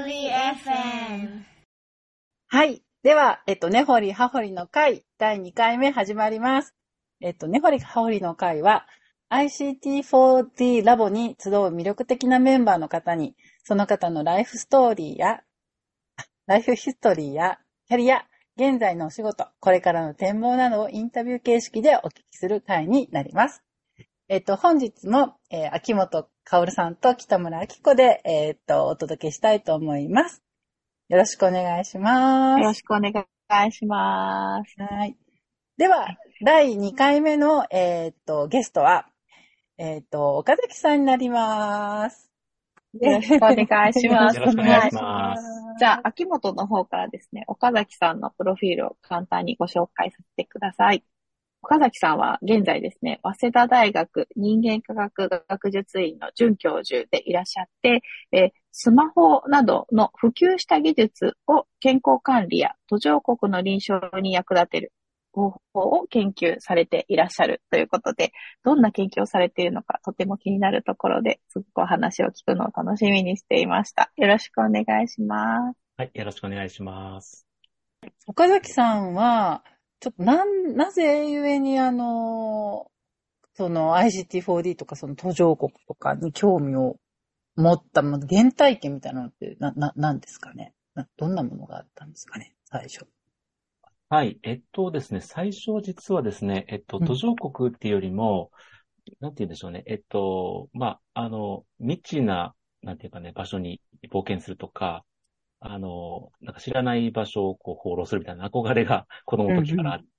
り FM。 はい。では、根掘り葉掘りの会、第2回目始まります。根掘り葉掘りの会は、ICT4D ラボに集う魅力的なメンバーの方に、その方のライフヒストリーや、キャリア、現在のお仕事、これからの展望などをインタビュー形式でお聞きする会になります。本日も、秋元薫さんと北村明子で、お届けしたいと思います。よろしくお願いします。 よろしくお願いします。 はい。では、第2回目の、ゲストは、岡崎さんになります。 よろしくお願いします。 よろしくお願いします。 じゃあ、秋元の方からですね、岡崎さんのプロフィールを簡単にご紹介させてください。岡崎さんは現在ですね、早稲田大学人間科学学術院の准教授でいらっしゃって、スマホなどの普及した技術を健康管理や途上国の臨床に役立てる方法を研究されていらっしゃるということで、どんな研究をされているのかとても気になるところで、すごくお話を聞くのを楽しみにしていました。よろしくお願いします。 はい、よろしくお願いします。 岡崎さんは、ちょっとなぜゆえにその ICT4D とかその途上国とかに興味を持った原体験みたいなのって何ですかね。どんなものがあったんですかね、最初。 はい、ですね、最初実はですね、途上国っていうよりも、なんて言うんでしょうね、未知な、なんていうかね、場所に冒険するとか、なんか知らない場所をこう放浪するみたいな憧れが子供の時からあって、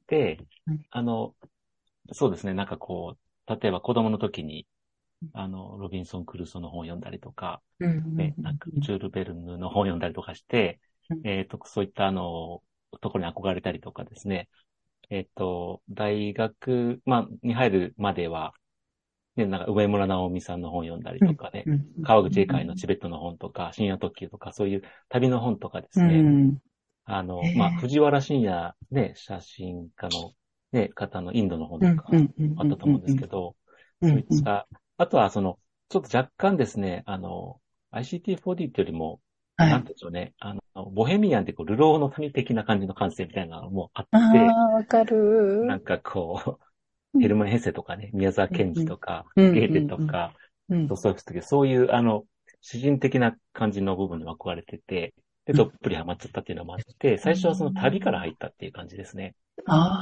そうですね、なんかこう、例えば子供の時に、ロビンソン・クルーソーの本を読んだりとか、なんかジュール・ベルヌの本を読んだりとかして、そういったところに憧れたりとかですね、大学、に入るまでは、ね、なんか上村直美さんの本を読んだりとかね、川口英会のチベットの本とか、深夜特急とか、そういう旅の本とかですね、藤原信也ね、写真家のね、方のインドの本とかあったと思うんですけど、そういった、あとはちょっと若干ですね、ICT4D ってよりも、なんていうんでしょうね、ボヘミアンってこう、流浪の民的な感じの感性みたいなのもあって、 わかる。 なんかこう、ヘルマン・ヘッセとかね、宮沢賢治とか、ゲーテとか、そういう、詩人的な感じの部分に憧れてて、で、どっぷりハマっちゃったっていうのもあって、最初はその旅から入ったっていう感じですね。 はい。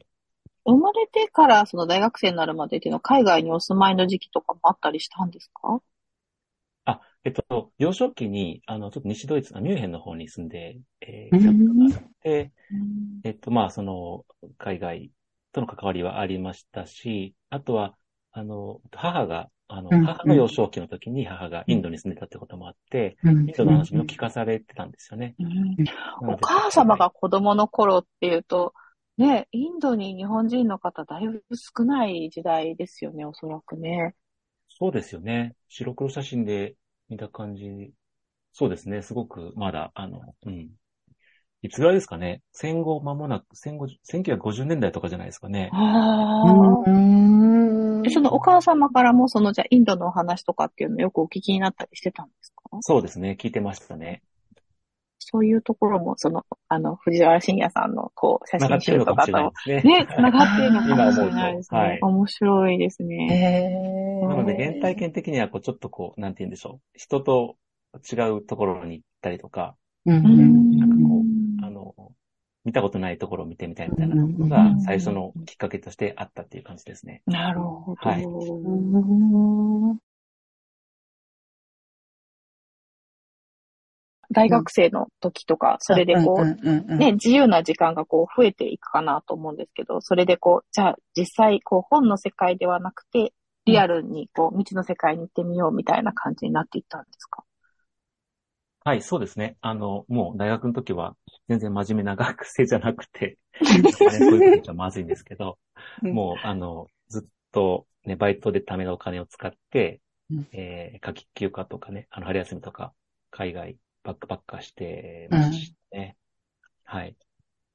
生まれてからその大学生になるまでっていうのは海外にお住まいの時期とかもあったりしたんですか？ 幼少期に、ちょっと西ドイツのミュンヘンの方に住んで、きたことがあって、海外との関わりはありましたし、あとは、母の幼少期の時に母がインドに住んでたってこともあって、インドの話も聞かされてたんですよね。 お母様が子供の頃っていうと、ね、インドに日本人の方だいぶ少ない時代ですよね、おそらくね。 そうですよね。白黒写真で見た感じ。そうですね。すごくまだ、いつぐらいですかね。戦後間もなく、1950年代とかじゃないですかね。 そのお母様からもじゃあインドのお話とかっていうのをよくお聞きになったりしてたんですか？ そうですね。聞いてましたね。 そういうところも、藤原信也さんの、写真集とかと、 ね、 繋がっているのかもしれないですね。はい、面白いですね。 なので、原体験的には、ちょっとなんて言うんでしょう。人と違うところに行ったりとか、見たことないところを見てみたいみたいなのが、最初のきっかけとしてあったっていう感じですね。 なるほど。はい。大学生の時とか、それで自由な時間が増えていくかなと思うんですけど、それでじゃあ実際本の世界ではなくて、リアルに未知の世界に行ってみようみたいな感じになっていったんですか？ はい、そうですね。もう大学の時は全然真面目な学生じゃなくて、そういうことじゃまずいんですけど、もうずっとね、バイトで貯めたお金を使って、夏季休暇とかね、春休みとか、海外バックパッカーしてましたね。はい。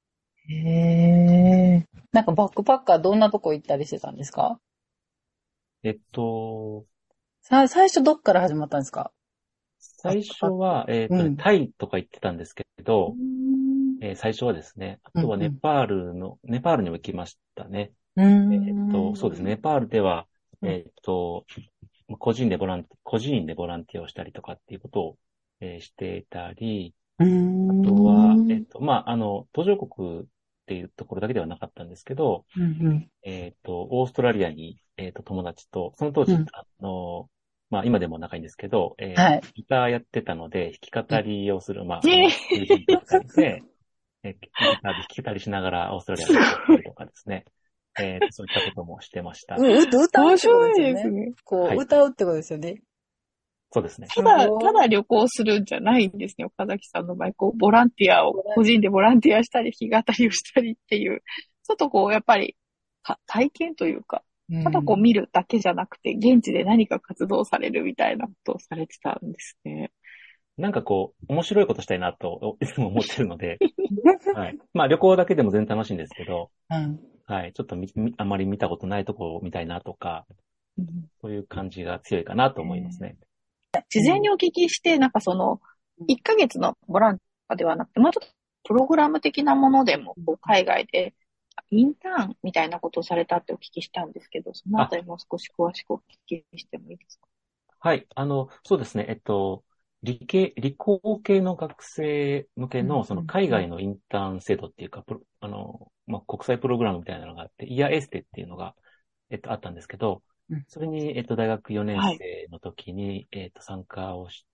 なんかバックパッカーどんなとこ行ったりしてたんですか？最初どっから始まったんですか？ 最初は、タイとか行ってたんですけど、最初はですね、あとはネパールにも行きましたね。そうですね、ネパールでは、個人でボランティアをしたりとかっていうことを、していたり、あとは、途上国っていうところだけではなかったんですけど、オーストラリアに、友達と、その当時、今でも仲いいんですけど、ギターやってたので、弾き語りをする、友人だったりで、ギターで弾き語りしながらオーストラリアに行ったりとかですね。そういったこともしてました。 歌うってことですよね。 はい、 歌うってことですよね。 そうですね。 ただ旅行するんじゃないんですね。岡崎さんの場合、ボランティアを、個人でボランティアしたり、弾き語りをしたりっていう、ちょっとやっぱり、体験というか、ただ見るだけじゃなくて、現地で何か活動されるみたいなことをされてたんですね。 なんか面白いことしたいなと、いつも思ってるので、はい。旅行だけでも全然楽しいんですけど、はい。ちょっとあまり見たことないところを見たいなとか、そういう感じが強いかなと思いますね。 事前にお聞きして、1ヶ月のボランティアではなくて、もうちょっとプログラム的なものでも、海外でインターンみたいなことをされたってお聞きしたんですけど、そのあたりもう少し詳しくお聞きしてもいいですか？ はい。そうですね。理工系の学生向けの、海外のインターン制度っていうか、国際プログラムみたいなのがあって、イヤエステっていうのが、あったんですけど、それに、大学4年生の時に、参加をして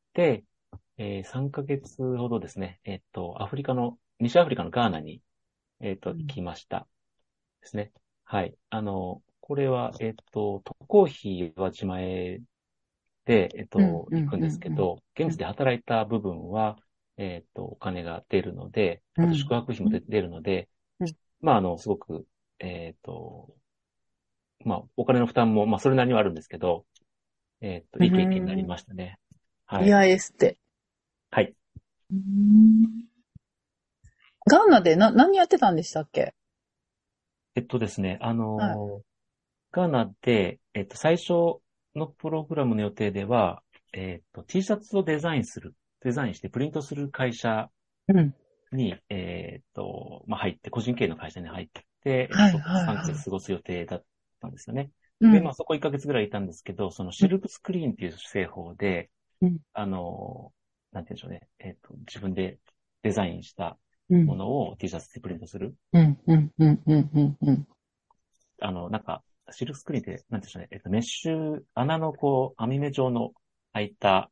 、3ヶ月ほどですね、西アフリカのガーナに、行きましたですね。はい。これは、渡航費は自前で、行くんですけど、現地で働いた部分は、お金が出るので、あと宿泊費も出るので、すごく、お金の負担も、それなりにはあるんですけど、いい経験になりましたね。はい。 イヤエステ。 はい。 ガーナで何やってたんでしたっけ？ ですね、ガーナで、最初のプログラムの予定では、T シャツをデザインしてプリントする会社に、入って、個人経営の会社に入って、3ヶ月過ごす予定だったんですよね。で、そこ1ヶ月ぐらいいたんですけど、そのシルクスクリーンっていう製法で、なんて言うんでしょうね、自分でデザインしたものを T シャツでプリントする。シルクスクリーンって、なんて言うんでしょうね、メッシュ、穴の網目状の開いた、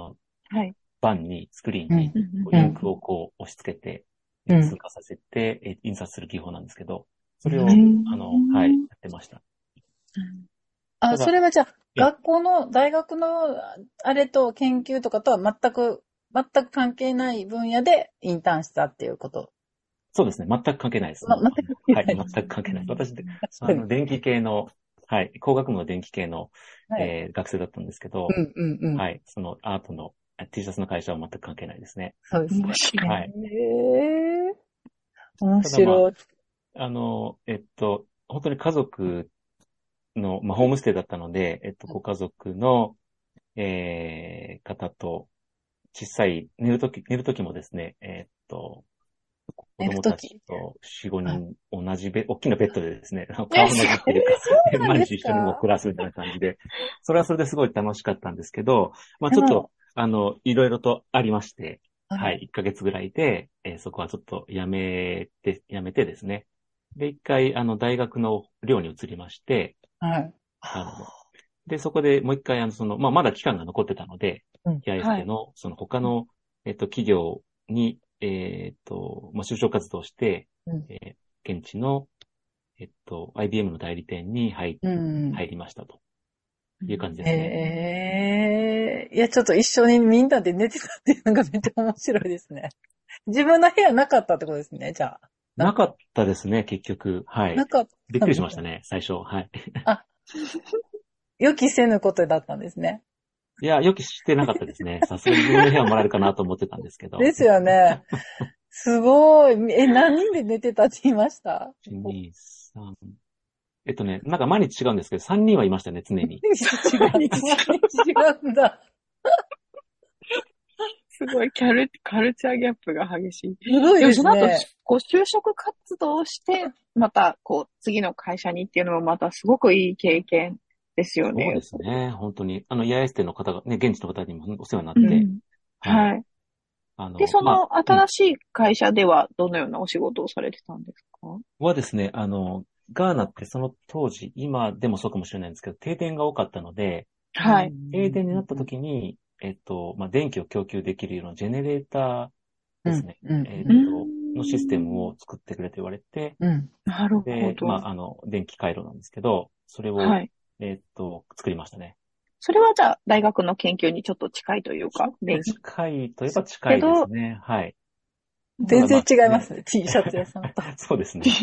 スクリーンに、インクを押し付けて、通過させて、印刷する技法なんですけど、それを、やってました。 それはじゃあ、大学のあれと研究とかとは全く関係ない分野でインターンしたっていうこと？ そうですね。全く関係ないです。 全く関係ない。 はい、全く関係ない。私、電気系の、工学部の電気系の、学生だったんですけど、はい、そのアートの T シャツの会社は全く関係ないですね。 そうですね。 面白い。 はい。 面白い。 本当に家族の、ホームステイだったので、ご家族の、方と、小さい、寝るときもですね、子供たちと4、5人同じ大きなベッドでですね、顔同じっていうか、毎日一緒にも暮らすみたいな感じで、それはそれですごい楽しかったんですけど、ちょっと、いろいろとありまして、はい、1ヶ月ぐらいで、そこはちょっとやめてですね。で、一回、大学の寮に移りまして、で、そこでもう一回、まだ期間が残ってたので、ヒアエステの、他の、企業に、就職活動して、現地の、IBM の代理店に入りましたという感じですね。 いや、ちょっと一緒にみんなで寝てたっていうのがめっちゃ面白いですね。自分の部屋なかったってことですね、じゃあ。 なかったですね、結局。はい。なかった。びっくりしましたね、最初。はい。 予期せぬことだったんですね。 いや、予期してなかったですね。さすがに自分の部屋もらえるかなと思ってたんですけど。 ですよね。すごい。何人で寝てたって言いました？ 1、2、3。なんか毎日違うんですけど、3人はいましたね、常に。 毎日違うんだ。 ごいカルチャーギャップが激しい。 すごいですでもその後、 ね。 こう、就職活動をして、また、こう、次の会社にっていうのもまたすごくいい経験ですよそうね。 ですね。本当に。イヤエステの方が、ね、現地の方にもお世話になって、 うん。 はい。 はい。で、そまあ、 の新しい会社ではどのようなお仕事をされてたんですか？ はですね、ガーナってその当時、今でもそうかもしれないんですけど、停電が多かったので、 はい。 停電になった時に、電気を供給できるようなジェネレーターですね、 うーのシステムん。 を作ってくれと言われて、 なるほで、 ど。 電気回路なんですけど、それを、 はい。 作りましたね。 それはじゃあ、大学の研究にちょっと近いというか、電気。 近いといえば近いですけど、 ね。はい。ただ全然違いますね。T シャツ屋さんと。 そうですね。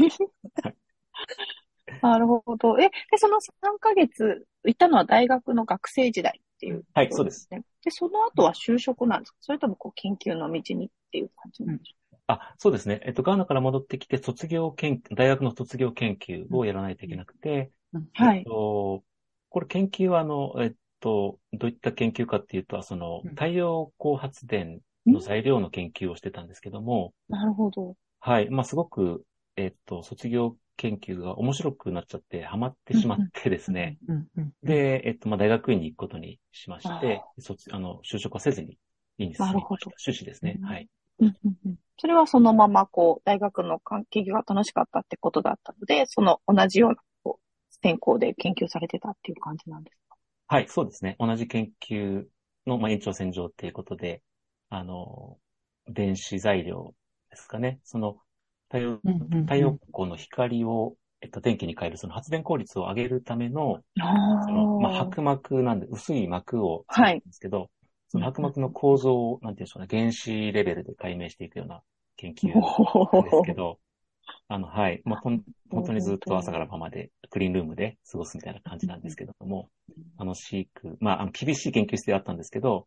なるほど。で、その3ヶ月、行ったのは大学の学生時代っていうはい、 ことそうです。 ですね。で、その後は就職なんですか？それともこう研究の道にっていう感じなんでしょそうですね。ガーナから戻ってきて、大学の卒業研究をやらないといけなくて、 う？はい。 これ研究はどういった研究かっていうと、太陽光発電の材料の研究をしてたんですけども、 なるほど。 はい。まあ、すごく、卒業研究が面白くなっちゃって、ハマってしまってですね。で、大学院に行くことにしまして、就職はせずに院になるほど。 進みました。修士ですね。はい。 それはそのまま、こう、大学の研究が楽しかったってことだったので、その同じような、こう、専攻で研究されてたっていう感じなんですか？ はい、そうですね。同じ研究の、延長線上っていうことで、電子材料ですかね。太陽光の光を、電気に変える、その発電効率を上げるための、 ああ。 薄膜なんで、薄い膜を作るんはい。 ですけど、その薄膜の構造を、なんていうんでしょうね、原子レベルで解明していくような研究なんですけど、はい。本当にずっと朝から晩までクリーンルームで過ごすみたいな感じなんですけども、楽しく、厳しい研究室であったんですけど、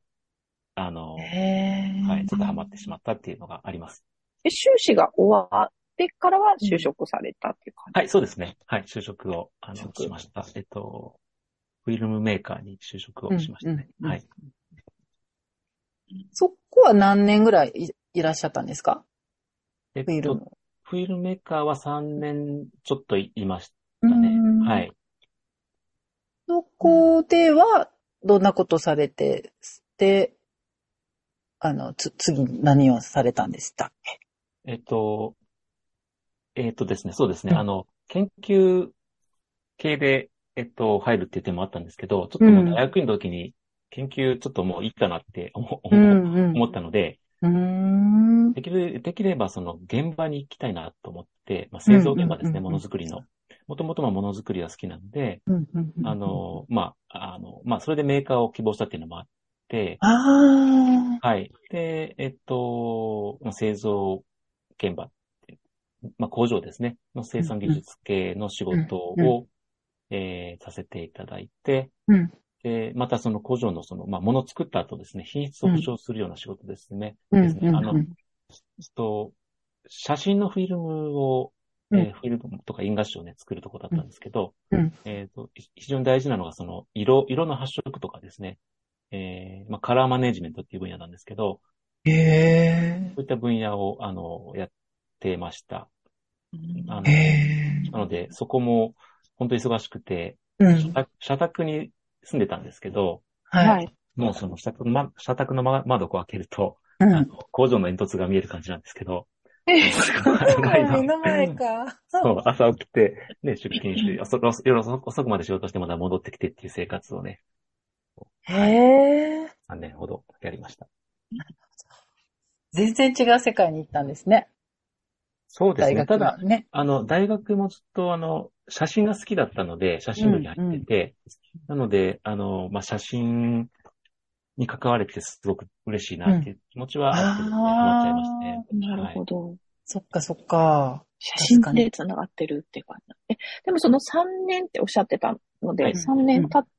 はい、ちょっとハマってしまったっていうのがあります。 修士が終わってからは就職されたっていう感じ？ はい、そうですね。はい、就職を、しました。フィルムメーカーに就職をしましたね。はい。 そこは何年ぐらいいらっしゃったんですか？ フフィルム。 ィルムメーカーは3年ちょっといましたね。はい。 そこでは、どんなことされて、で、次何をされたんでしたっけ？ ですね、そうですね。研究系で、入るっていう点もあったんですけど、ちょっともう大学院の時に研究ちょっともういいかなって思ったので、できればその現場に行きたいなと思って、製造現場ですね、ものづくりの。もともとものづくりが好きなので、それでメーカーを希望したっていうのもあって、はい。で、製造現場、工場ですね、の生産技術系の仕事を、させていただいて、で、またその工場のものを作った後ですね、品質を保証するような仕事ですね。写真のフィルムを、フィルムとか印画紙をね、作るとこだったんですけど、非常に大事なのが色の発色とかですね、カラーマネジメントっていう分野なんですけど、そういった分野を、やってました。なので、そこも本当に忙しくて、社宅に住んでたんですけど、 はい。 もうその社宅の窓を開けると、工場の煙突が見える感じなんですけど、 目の前か。 そう、朝起きて、ね、出勤して、夜遅くまで仕事してまた戻ってきてっていう生活をね、はい、3年ほどやりました。 全然違う世界に行ったんですね。 そうですね。ただ、 ね、 大学もずっと写真が好きだったので、写真部に入ってて、なので、写真に関われてすごく嬉しいなっていう気持ちはあってですね、ハマっちゃいましたね。 なるほど。 そっかそっか。 写真で繋がってるって感じ。でもその3年っておっしゃってたので、3年経って、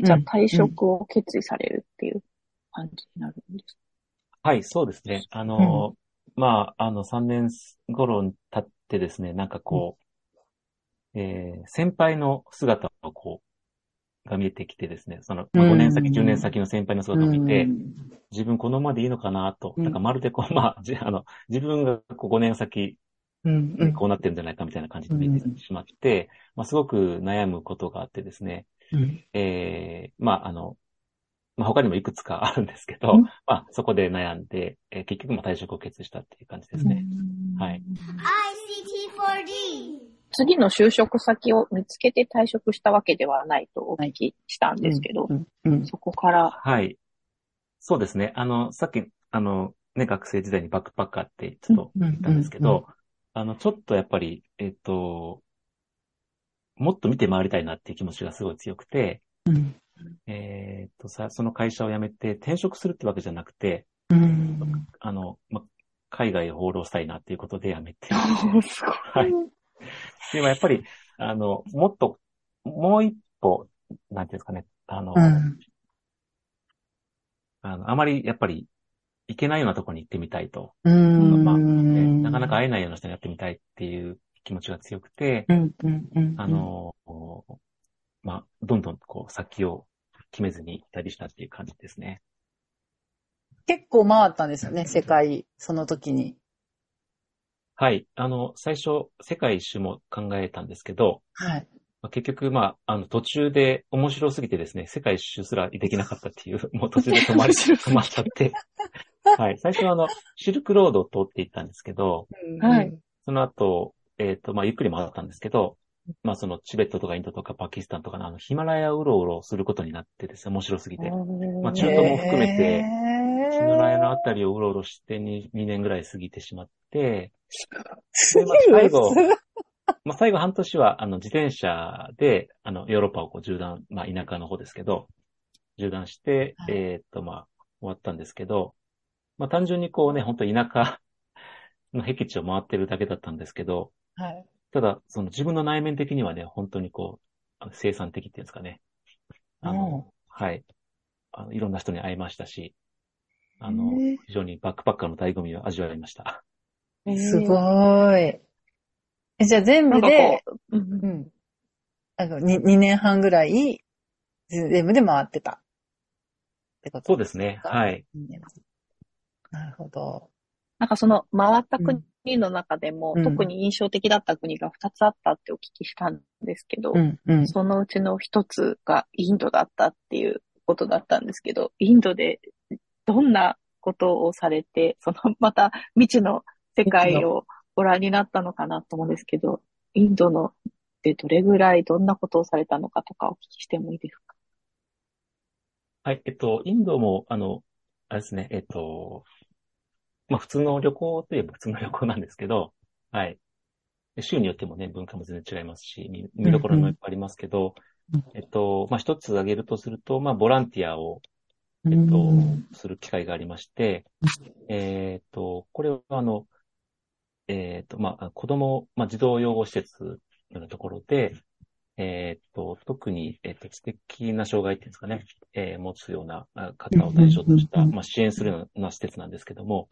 じゃあ退職を決意されるっていう感じになるんですか？ はい、そうですね。3年頃に経ってですね、なんかこう、先輩の姿をが見えてきてですね、5年先、10年先の先輩の姿を見て、 自分このままでいいのかなと、 うんなんかまるでこう、まあ、自分がこう5年先、 うんこうなってるんじゃないかみたいな感じで見えてしまって、まあ、すごく悩むことがあってですね、 うんまあ、まあ、他にもいくつかあるんですけど、 うんまあ、そこで悩んで、結局も退職を決意したっていう感じですね。はい。 ICT4D。次の就職先を見つけて退職したわけではないとお聞きしたんですけど、そこから。 はい。そうですね。さっき、ね、学生時代にバックパッカーってちょっと言ったんですけど、ちょっとやっぱり、もっと見て回りたいなっていう気持ちがすごい強くて、その会社を辞めて転職するってわけじゃなくて、ま、海外を放浪したいなっていうことで辞めて。はい。でもやっぱり、もっと、もう一歩、なんていうんですかね、あまりやっぱり行けないようなところに行ってみたいと。まあ、なかなか会えないような人にやってみたいっていう気持ちが強くて、まあ、どんどんこう先を決めずに行ったりしたっていう感じですね。 結構回ったんですよね、世界、その時に。 はい。最初、世界一周も考えたんですけど、 はい。 結局、まあ、途中で面白すぎてですね、世界一周すらできなかったっていう、もう途中で止まっちゃって。はい。最初はシルクロードを通っていったんですけど、 はい。 その後、まあ、ゆっくり回ったんですけど、まあ、チベットとかインドとかパキスタンとかのヒマラヤをうろうろすることになってですね、面白すぎて。まあ、中東も含めて、ヒマラヤのあたりをうろうろして2年ぐらい過ぎてしまって、で、まあ、最後半年は、自転車で、ヨーロッパをこう縦断、まあ、田舎の方ですけど、縦断して、まあ、終わったんですけど、まあ、単純にこうね、本当田舎の僻地を回ってるだけだったんですけど、 はい。 ただ、自分の内面的にはね、本当にこう、生産的っていうんですかね。はい。いろんな人に会えましたし、非常にバックパッカーの醍醐味を味わいました。 すごい。じゃあ全部で、2年半ぐらい、全部で回ってた。ってことそうですね。はい。 なるほど。 なんかその回った国の中でも、特に印象的だった国が2つあったってお聞きしたんですけど、そのうちの1つがインドだったっていうことだったんですけど、インドでどんなことをされて、また未知の世界をご覧になったのかなと思うんですけど、インドのでどれぐらいどんなことをされたのかとかお聞きしてもいいですか？ はい、インドも、あれですね、まあ普通の旅行といえば普通の旅行なんですけど、はい。州によってもね、文化も全然違いますし、見どころもいっぱいありますけど、まあ一つ挙げるとすると、まあボランティアを、する機会がありまして、これはまあ子供、まあ児童養護施設のところで、特に、知的な障害っていうんですかね、持つような方を対象とした、まあ、支援するような施設なんですけども、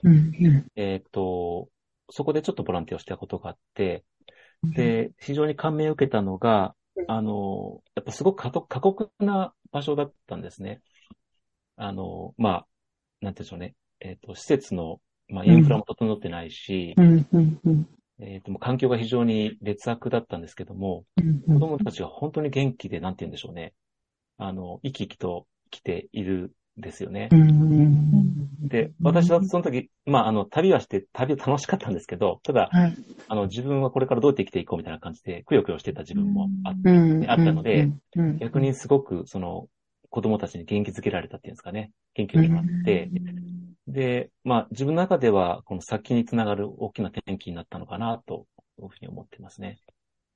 そこでちょっとボランティアをしたことがあって、で、非常に感銘を受けたのが、やっぱすごく過酷な場所だったんですね。まあ、なんて言うんでしょうね。施設の、まあ、インフラも整ってないし、もう環境が非常に劣悪だったんですけども、子供たちが本当に元気で、なんて言うんでしょうね。生き生きと来ているんですよね。で、私はその時、まあ、旅は楽しかったんですけど、ただ、自分はこれからどうやって生きていこうみたいな感じで、くよくよしてた自分もあったので、逆にすごく、子供たちに元気づけられたっていうんですかね。元気をもらって、で、まあ、自分の中では、この先につながる大きな転機になったのかな、というふうに思ってますね。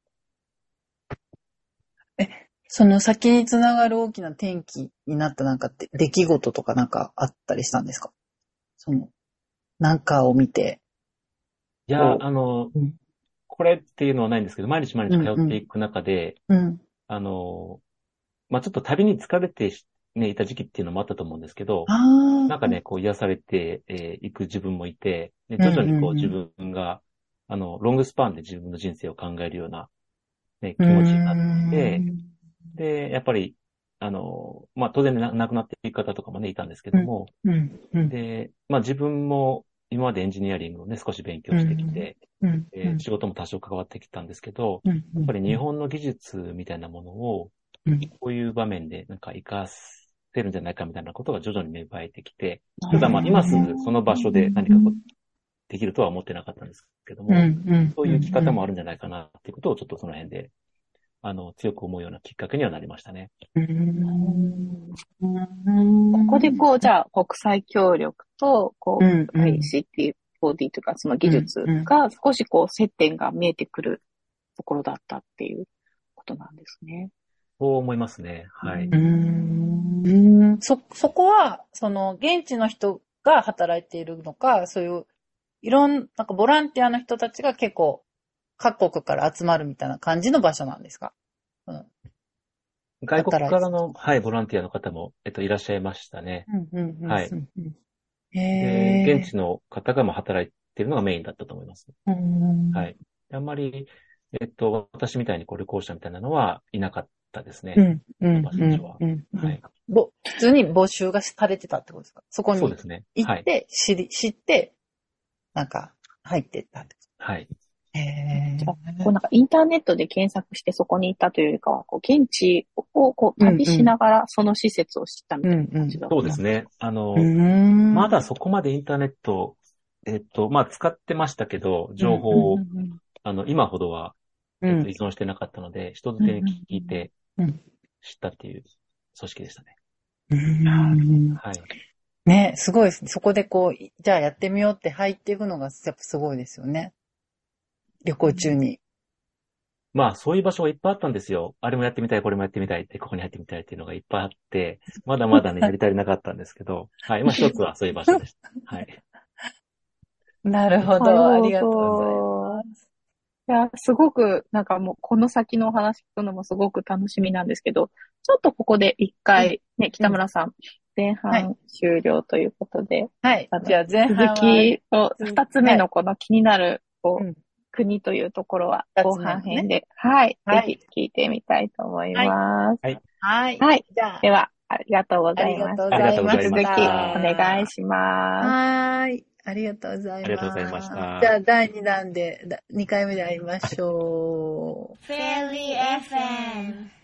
その先につながる大きな転機になったなんかって出来事とかなんかあったりしたんですか？なんかを見て。 いや、これっていうのはないんですけど、毎日毎日通っていく中で、まあ、ちょっと旅に疲れてね、いた時期っていうのもあったと思うんですけど、なんかね、こう癒されていく自分もいて、で徐々にこう自分が、ロングスパンで自分の人生を考えるような、ね、気持ちになって、で、やっぱり、 当然亡くなっていく方とかもね、いたんですけども、で、自分も今までエンジニアリングをね、少し勉強してきて、仕事も多少関わってきたんですけど、やっぱり日本の技術みたいなものを、こういう場面でなんか活かせるんじゃないかみたいなことが徐々に芽生えてきて、ただ今すぐその場所で何かできるとは思ってなかったんですけども、そういう生き方もあるんじゃないかなっていうことをちょっとその辺で、強く思うようなきっかけにはなりましたね。 ここでじゃあ国際協力と、ICT4D というかその技術が少し接点が見えてくるところだったっていうことなんですね。 そう思いますね。はい。 そこは、現地の人が働いているのか、そういう、なんかボランティアの人たちが結構、各国から集まるみたいな感じの場所なんですか？ 外国からの、はい、ボランティアの方も、いらっしゃいましたね。はい。で、現地の方が働いているのがメインだったと思います。はい。あんまり、私みたいに旅行者みたいなのはいなかったですね。場所は。はい。 普通に募集がされてたってことですか？そこに行って、 そうですね。 はい、知って、なんか、入ってったって。 はい。 じゃあ、なんかインターネットで検索してそこに行ったというよりかは、現地を旅しながらその施設を知ったみたいな感じだった。 そうですね。まだそこまでインターネット、使ってましたけど、情報を、今ほどは、依存してなかったので、人づてに聞いて知ったっていう組織でしたね。はい。 ね、すごいですね。そこでじゃあやってみようって入っていくのがやっぱすごいですよね。旅行中に。 そういう場所がいっぱいあったんですよ。あれもやってみたい、これもやってみたいって、ここに入ってみたいっていうのがいっぱいあって、まだまだね、やり足りなかったんですけど、はい。一つはそういう場所でした。はい。 なるほど。ありがとうございます。 いや、すごく、なんかもう、この先のお話聞くのもすごく楽しみなんですけど、ちょっとここで一回、ね、北村さん、前半終了ということで、 はい。じゃあ前半は続きを、二つ目のこの気になる、国というところは、後半編で、はい。ぜひ聞いてみたいと思います。 はい。 じゃあ。では、ありがとうございます。 ありがとうございました。 引き続きお願いします。 はい。ありがとうございます。 ありがとうございました。 じゃあ、第2弾で、2回目で会いましょう。 Fairy FM